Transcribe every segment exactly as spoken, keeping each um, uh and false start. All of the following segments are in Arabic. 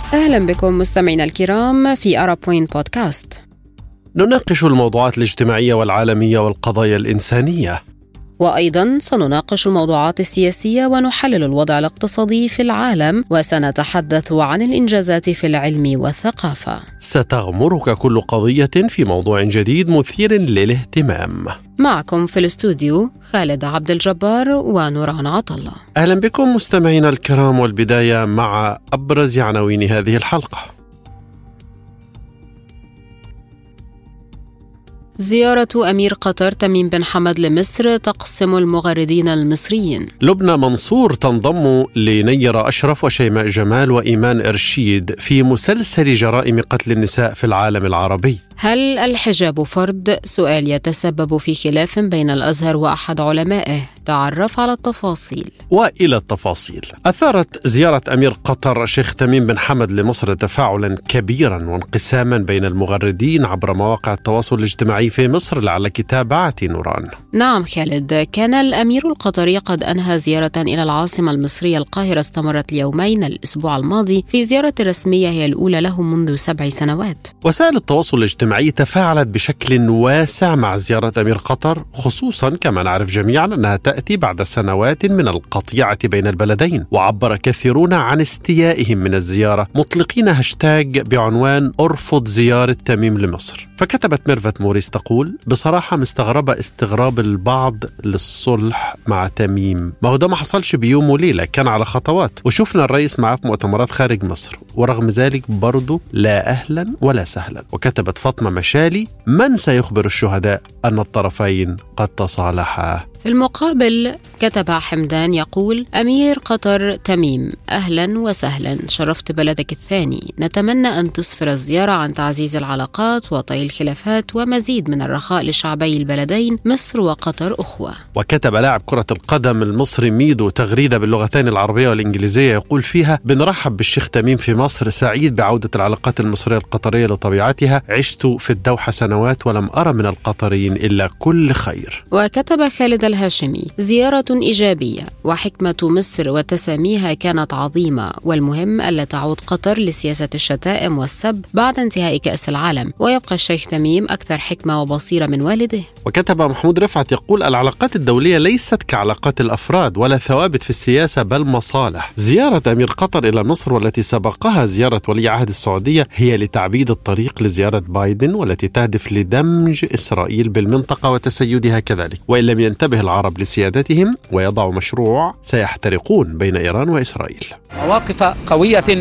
أهلا بكم مستمعينا الكرام في آراب بوينت بودكاست. نناقش الموضوعات الاجتماعية والعالمية والقضايا الإنسانية، وأيضا سنناقش الموضوعات السياسية ونحلل الوضع الاقتصادي في العالم، وسنتحدث عن الإنجازات في العلم والثقافة. ستغمرك كل قضية في موضوع جديد مثير للاهتمام. معكم في الاستوديو خالد عبد الجبار ونوران عطلة. أهلا بكم مستمعينا الكرام، والبداية مع أبرز عناوين هذه الحلقة. زيارة أمير قطر تميم بن حمد لمصر تقسم المغردين المصريين. لبنى منصور تنضم لنيرة أشرف وشيماء جمال وإيمان إرشيد في مسلسل جرائم قتل النساء في العالم العربي. هل الحجاب فرض؟ سؤال يتسبب في خلاف بين الأزهر وأحد علمائه. تعرف على التفاصيل. وإلى التفاصيل. أثارت زيارة أمير قطر الشيخ تميم بن حمد لمصر تفاعلا كبيرا وانقساما بين المغردين عبر مواقع التواصل الاجتماعي في مصر، لعلك تابعت نوران. نعم خالد، كان الأمير القطري قد أنهى زيارة إلى العاصمة المصرية القاهرة استمرت اليومين الأسبوع الماضي، في زيارة رسمية هي الأولى له منذ سبع سنوات. وسائل التواصل الاجتماعي تفاعلت بشكل واسع مع زيارة أمير قطر، خصوصا كما نعرف جميعا أنها تأتي بعد سنوات من القطيعة بين البلدين. وعبر كثيرون عن استيائهم من الزيارة، مطلقين هاشتاج بعنوان أرفض زيارة تميم لمصر. فكتبت ميرفت موريس تقول: بصراحة مستغربة استغراب البعض للصلح مع تميم، ما هو ده ما حصلش بيوم وليلة، كان على خطوات، وشفنا الرئيس معاه في مؤتمرات خارج مصر، ورغم ذلك برضو لا أهلا ولا سهلا. وكتبت فاطمة مشالي: من سيخبر الشهداء أن الطرفين قد تصالحا؟ في المقابل كتب حمدان يقول: أمير قطر تميم، أهلا وسهلا، شرفت بلدك الثاني، نتمنى أن تسفر الزيارة عن تعزيز العلاقات وطي الخلافات ومزيد من الرخاء لشعبي البلدين مصر وقطر أخوة. وكتب لاعب كرة القدم المصري ميدو تغريدة باللغتين العربية والإنجليزية يقول فيها: بنرحب بالشيخ تميم في مصر، سعيد بعودة العلاقات المصرية القطرية لطبيعتها، عشت في الدوحة سنوات ولم أرى من القطريين إلا كل خير. وكتب خالد الهاشمي: زيارة إيجابية، وحكمة مصر وتساميها كانت عظيمة، والمهم ألا تعود قطر لسياسة الشتائم والسب بعد انتهاء كأس العالم، ويبقى الشيخ تميم أكثر حكمة وبصيرة من والده. وكتب محمود رفعت يقول: العلاقات الدولية ليست كعلاقات الأفراد ولا ثوابت في السياسة بل مصالح. زيارة أمير قطر إلى مصر والتي سبقها زيارة ولي عهد السعودية هي لتعبيد الطريق لزيارة بايدن، والتي تهدف لدمج إسرائيل بالمنطقة وتسيدها كذلك، وإن لم ينتبه العرب لسيادتهم ويضعوا مشروع سيحترقون بين إيران وإسرائيل. مواقف قوية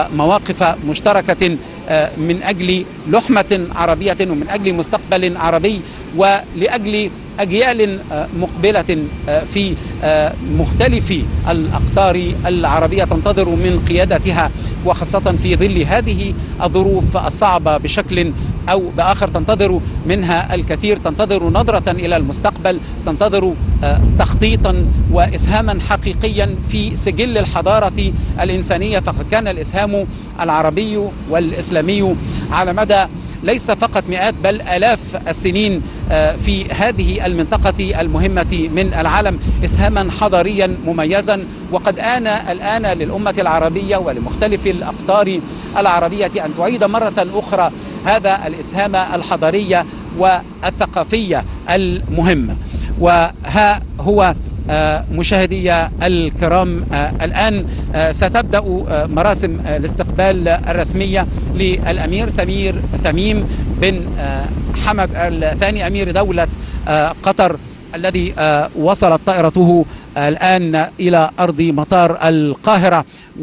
ومواقف مشتركة من أجل لحمة عربية ومن أجل مستقبل عربي ولأجل أجيال مقبلة في مختلف الأقطار العربية تنتظر من قيادتها، وخاصة في ظل هذه الظروف الصعبة بشكل أو بآخر تنتظر منها الكثير، تنتظر نظرة إلى المستقبل، تنتظر تخطيطا وإسهاما حقيقيا في سجل الحضارة الإنسانية. فقد كان الإسهام العربي والإسلامي على مدى ليس فقط مئات بل آلاف السنين في هذه المنطقة المهمة من العالم إسهاما حضاريا مميزا. وقد آن الآن للأمة العربية ولمختلف الأقطار العربية أن تعيد مرة أخرى هذا الإسهام الحضاري والثقافي المهم. وها هو مشاهدي الكرام، الآن ستبدأ مراسم الاستقبال الرسمية للأمير تمير تميم بن حمد الثاني أمير دولة قطر، الذي وصلت طائرته الآن إلى أرض مطار القاهرة،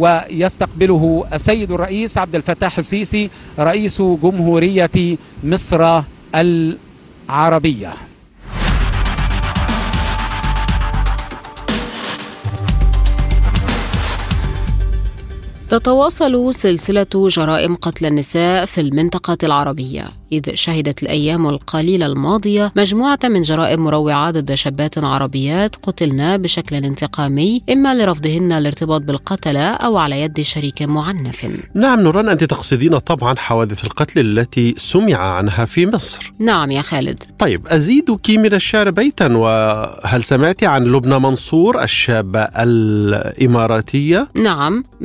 ويستقبله السيد الرئيس عبد الفتاح السيسي رئيس جمهورية مصر العربية. تتواصل سلسلة جرائم قتل النساء في المنطقة العربية، إذ شهدت الأيام القليلة الماضية مجموعة من جرائم مروعة ضد شابات عربيات قتلن بشكل انتقامي، إما لرفضهن الارتباط بالقتلة أو على يد شريك معنف. نعم نوران، أنت تقصدين طبعا حوادث القتل التي سمع عنها في مصر. نعم يا خالد. طيب أزيدك من الشعر بيتا، وهل سمعت عن لبنى منصور الشابة الإماراتية؟ نعم بالفعل،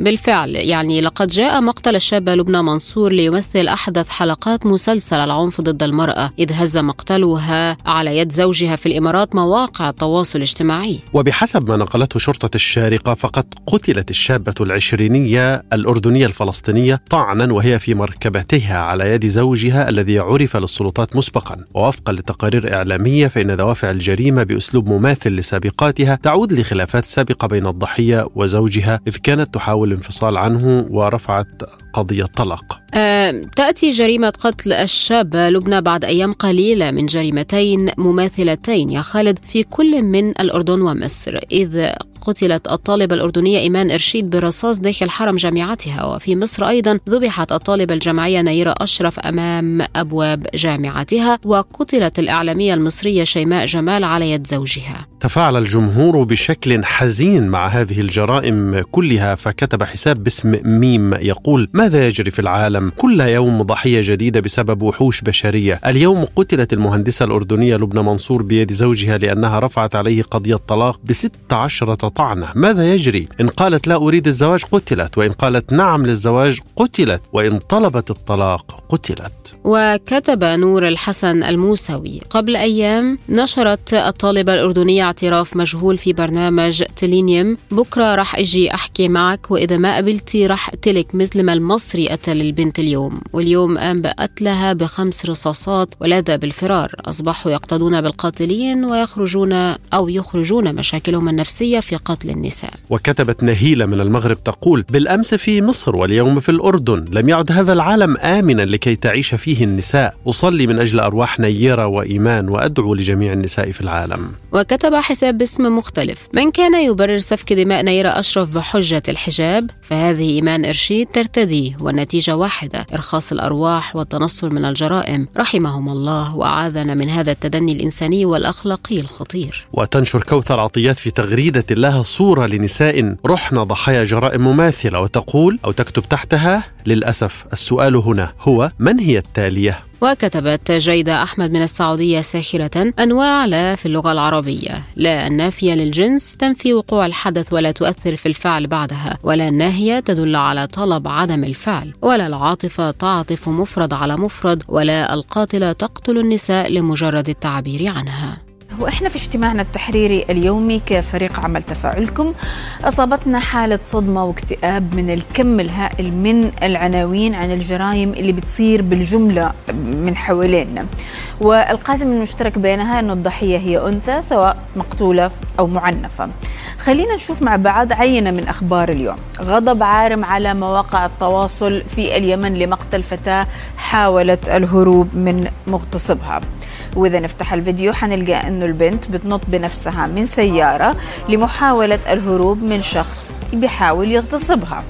بالفعل، يعني لقد جاء مقتل الشابة لبنى منصور ليمثل أحدث حلقات مسلسل العنف ضد المرأة، إذ هز مقتلها على يد زوجها في الإمارات مواقع التواصل الاجتماعي. وبحسب ما نقلته شرطة الشارقة فقد قتلت الشابة العشرينية الأردنية الفلسطينية طعنا وهي في مركبتها على يد زوجها الذي عرف للسلطات مسبقا. ووفقا لتقارير إعلامية فإن دوافع الجريمة باسلوب مماثل لسابقاتها تعود لخلافات سابقة بين الضحية وزوجها، إذ كانت تحاول الانفصال عنه ورفعت قضية طلاق. أه تأتي جريمة قتل الشابة لبنى بعد أيام قليلة من جريمتين مماثلتين يا خالد في كل من الأردن ومصر، إذ قتلت الطالبة الأردنية إيمان إرشيد برصاص داخل حرم جامعتها، وفي مصر أيضا ذبحت الطالبة الجامعية نيرة أشرف أمام أبواب جامعتها، وقتلت الإعلامية المصرية شيماء جمال على يد زوجها. تفاعل الجمهور بشكل حزين مع هذه الجرائم كلها، فكتب حساب باسم ميم يقول: ماذا يجري في العالم؟ كل يوم ضحية جديدة بسبب وحوش بشرية. اليوم قتلت المهندسة الأردنية لبنى منصور بيد زوجها لأنها رفعت عليه قضية طلاق بست عشرة طعنة. ماذا يجري؟ إن قالت لا أريد الزواج قتلت، وإن قالت نعم للزواج قتلت، وإن طلبت الطلاق قتلت. وكتب نور الحسن الموسوي: قبل أيام نشرت الطالبة الأردنية اعتراف مجهول في برنامج تلينيوم: بكرة رح أجي أحكي معك، وإذا ما قبلتي رح أقتلك مثل ما المصري قتل البنت اليوم. واليوم قام بقتلها بخمس رصاصات ولاذ بالفرار. أصبحوا يقتدون بالقاتلين ويخرجون أو يخرجون مشاكلهم النفسية في قتل النساء. وكتبت نهيلة من المغرب تقول: بالأمس في مصر واليوم في الأردن، لم يعد هذا العالم آمنا لكي تعيش فيه النساء. أصلي من أجل أرواح نيرة وإيمان وأدعو لجميع النساء في العالم. وكتب حساب باسم مختلف: من كان يبرر سفك دماء نيرة أشرف بحجة الحجاب فهذه إيمان إرشيد ترتديه، والنتيجة واحدة: إرخاص الأرواح والتنصل من الجرائم. رحمهم الله وأعاذنا من هذا التدني الإنساني والأخلاقي الخطير. وتنشر كوثر عطيات في تغريدة لها صورة لنساء رحنا ضحايا جرائم مماثلة، وتقول أو تكتب تحتها: للأسف السؤال هنا هو من هي التالية؟ وكتبت جيدة أحمد من السعودية ساخرة: أنواع لا في اللغة العربية، لا النافية للجنس تنفي وقوع الحدث ولا تؤثر في الفعل بعدها، ولا الناهية تدل على طلب عدم الفعل، ولا العاطفة تعطف مفرد على مفرد، ولا القاتلة تقتل النساء لمجرد التعبير عنها. وإحنا في اجتماعنا التحريري اليومي كفريق عمل تفاعلكم أصابتنا حالة صدمة واكتئاب من الكم الهائل من العناوين عن الجرائم اللي بتصير بالجملة من حوالينا، والقاسم المشترك بينها أنه الضحية هي أنثى سواء مقتولة أو معنفة. خلينا نشوف مع بعض عينة من أخبار اليوم. غضب عارم على مواقع التواصل في اليمن لمقتل فتاة حاولت الهروب من مغتصبها. وإذا نفتح الفيديو حنلقى أنه البنت بتنط بنفسها من سيارة لمحاولة الهروب من شخص بيحاول يغتصبها.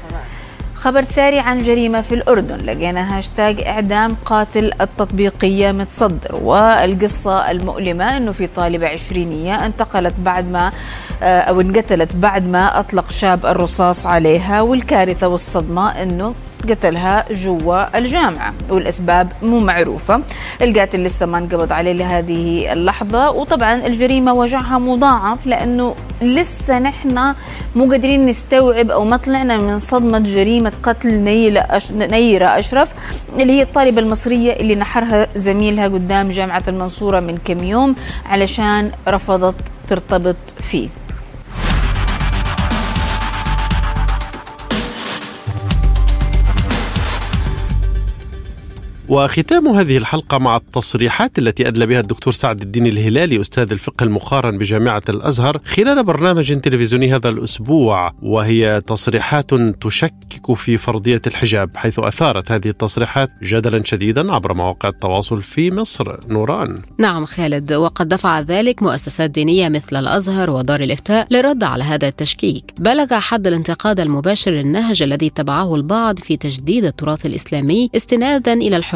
خبر ثاني عن جريمة في الأردن، لقينا هاشتاج إعدام قاتل التطبيقية متصدر، والقصة المؤلمة أنه في طالبة عشرينية انتقلت بعد ما أو انقتلت بعد ما أطلق شاب الرصاص عليها، والكارثة والصدمة أنه قتلها جوا الجامعة والأسباب مو معروفة. القاتل لسه ما انقبض عليه لهذه اللحظة، وطبعا الجريمة وجعها مضاعف لأنه لسه نحن مو قادرين نستوعب أو ما طلعنا من صدمة جريمة قتل نيرة أشرف اللي هي الطالبة المصرية اللي نحرها زميلها قدام جامعة المنصورة من كم يوم علشان رفضت ترتبط فيه. وختام هذه الحلقة مع التصريحات التي أدلى بها الدكتور سعد الدين الهلالي أستاذ الفقه المقارن بجامعة الأزهر خلال برنامج تلفزيوني هذا الأسبوع، وهي تصريحات تشكك في فرضية الحجاب، حيث أثارت هذه التصريحات جدلا شديدا عبر مواقع التواصل في مصر. نوران. نعم خالد، وقد دفع ذلك مؤسسات دينية مثل الأزهر ودار الإفتاء للرد على هذا التشكيك. بلغ حد الانتقاد المباشر للنهج الذي اتبعه البعض في تجديد التراث الإسلامي استنادا إلى الحرية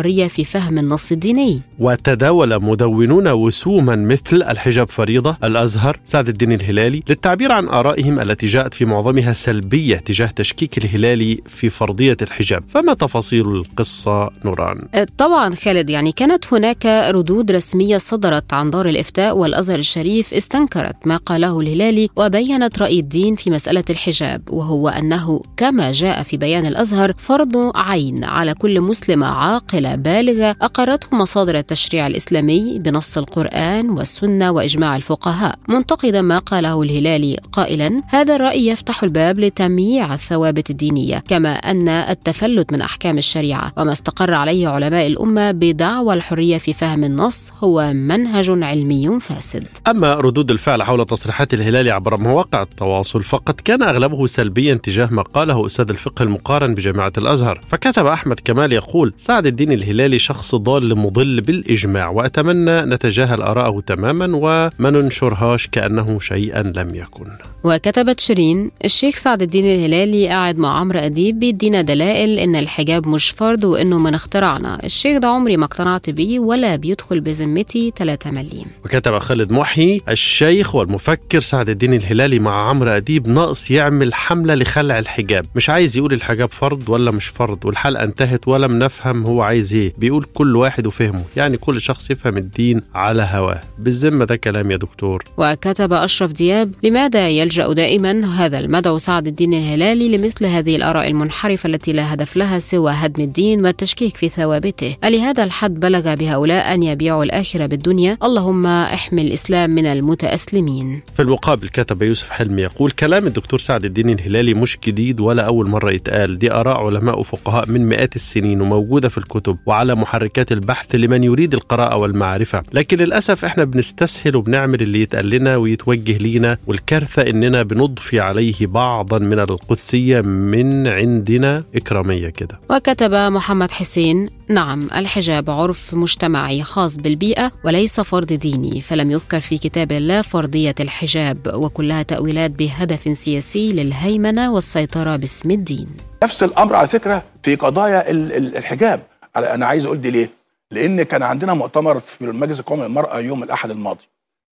الحرية في فهم النص الديني. وتداول مدونون وسوما مثل الحجاب فريضة، الأزهر، سعد الدين الهلالي للتعبير عن آرائهم التي جاءت في معظمها سلبية تجاه تشكيك الهلالي في فرضية الحجاب. فما تفاصيل القصة نوران؟ طبعا خالد، يعني كانت هناك ردود رسمية صدرت عن دار الإفتاء والأزهر الشريف استنكرت ما قاله الهلالي وبينت رأي الدين في مسألة الحجاب، وهو أنه كما جاء في بيان الأزهر فرض عين على كل مسلمة عاقلة بالغة أقرته مصادر التشريع الإسلامي بنص القرآن والسنة وإجماع الفقهاء، منتقدا ما قاله الهلالي قائلا: هذا الرأي يفتح الباب لتمييع الثوابت الدينية، كما أن التفلت من أحكام الشريعة وما استقر عليه علماء الأمة بدعوى الحرية في فهم النص هو منهج علمي فاسد. أما ردود الفعل حول تصريحات الهلالي عبر مواقع التواصل فقد كان أغلبه سلبيا تجاه ما قاله أستاذ الفقه المقارن بجامعة الأزهر. فكتب أحمد كمال يقول: سعد الدين الهلالي شخص ضال مضل بالإجماع، وأتمنى نتجاهل آراءه تماما وما ننشرهاش كأنه شيئا لم يكن. وكتبت شيرين: الشيخ سعد الدين الهلالي قاعد مع عمرو أديب بيدينا دلائل إن الحجاب مش فرض وإنه من اخترعنا، الشيخ ده عمري ما اقتنعت بيه ولا بيدخل بذمتي ثلاثة مليم. وكتب خالد محي: الشيخ والمفكر سعد الدين الهلالي مع عمرو أديب ناقص يعمل حملة لخلع الحجاب، مش عايز يقول الحجاب فرض ولا مش فرض، والحلقة انتهت ولا منفهم هو عايز ايه، بيقول كل واحد وفهمه، يعني كل شخص يفهم الدين على هواه. بالذمة ده كلام يا دكتور؟ وكتب أشرف دياب: لماذا يلجأ دائما هذا المدعو سعد الدين الهلالي لمثل هذه الآراء المنحرفة التي لا هدف لها سوى هدم الدين والتشكيك في ثوابته؟ ألهذا الحد بلغ بهؤلاء أن يبيعوا الآخرة بالدنيا؟ اللهم احمي الإسلام من المتأسلمين. في المقابل كتب يوسف حلمي يقول: كلام الدكتور سعد الدين الهلالي مش جديد ولا أول مرة يتقال، دي آراء علماء وفقهاء من مئات السنين وموجودة في الكتب وعلى محركات البحث لمن يريد القراءة والمعرفة، لكن للأسف إحنا بنستسهل وبنعمل اللي يتقال لنا ويتوجه لينا، والكارثة إننا بنضفي عليه بعضا من القدسية من عندنا إكرامية كده. وكتب محمد حسين: نعم، الحجاب عرف مجتمعي خاص بالبيئة وليس فرض ديني، فلم يذكر في كتاب الله فرضية الحجاب، وكلها تأويلات بهدف سياسي للهيمنة والسيطرة باسم الدين. نفس الأمر على فكرة في قضايا الحجاب. أنا عايز أقول دي ليه؟ لأن كان عندنا مؤتمر في المجلس القومي للمرأة يوم الأحد الماضي،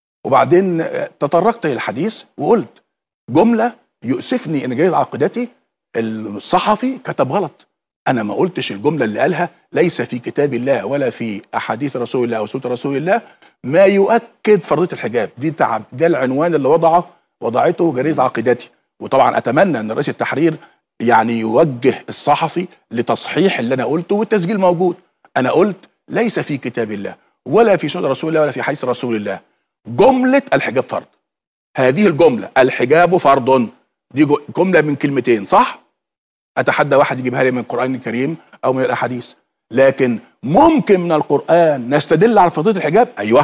وبعدين تطرقت للحديث وقلت جملة يؤسفني إن جيد عقيدتي الصحفي كتب غلط. أنا ما قلتش الجملة اللي قالها ليس في كتاب الله ولا في أحاديث رسول الله وسنة رسول الله ما يؤكد فرضية الحجاب. دي تعب، ده العنوان اللي وضعه وضعته جريدة عقيدتي. وطبعا أتمنى أن رئيس التحرير يعني يوجه الصحفي لتصحيح اللي أنا قلته، والتسجيل موجود. أنا قلت ليس في كتاب الله ولا في سنة رسول الله ولا في حديث رسول الله جملة الحجاب فرض. هذه الجملة الحجاب فرض دي جملة من كلمتين، صح؟ أتحدى واحد يجيبها لي من القرآن الكريم أو من الأحاديث. لكن ممكن من القرآن نستدل على فرضية الحجاب؟ أيوه.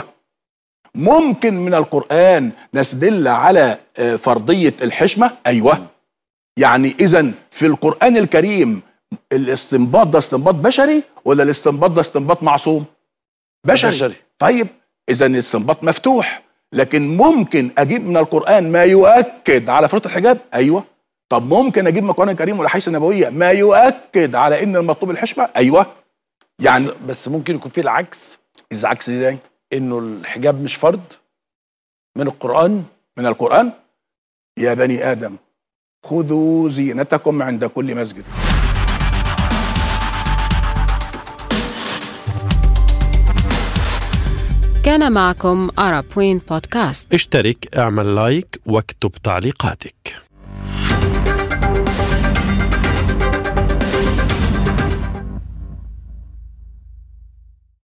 ممكن من القرآن نستدل على فرضية الحشمة؟ أيوه. يعني إذن في القرآن الكريم الاستنباط ده استنباط بشري ولا الاستنباط ده استنباط معصوم؟ بشري, بشري. طيب إذن الاستنباط مفتوح، لكن ممكن أجيب من القرآن ما يؤكد على فرضية الحجاب؟ أيوه. طب ممكن أجيب من القرآن الكريم والأحاديث النبوية ما يؤكد على إن المطلوب الحشمة؟ أيوه. يعني بس, بس ممكن يكون في العكس. إذا عكس إزاي؟ إنه الحجاب مش فرض من القرآن. من القرآن؟ يا بني آدم خذوا زينتكم عند كل مسجد. كان معكم Arab Point Podcast. اشترك، اعمل لايك واكتب تعليقاتك.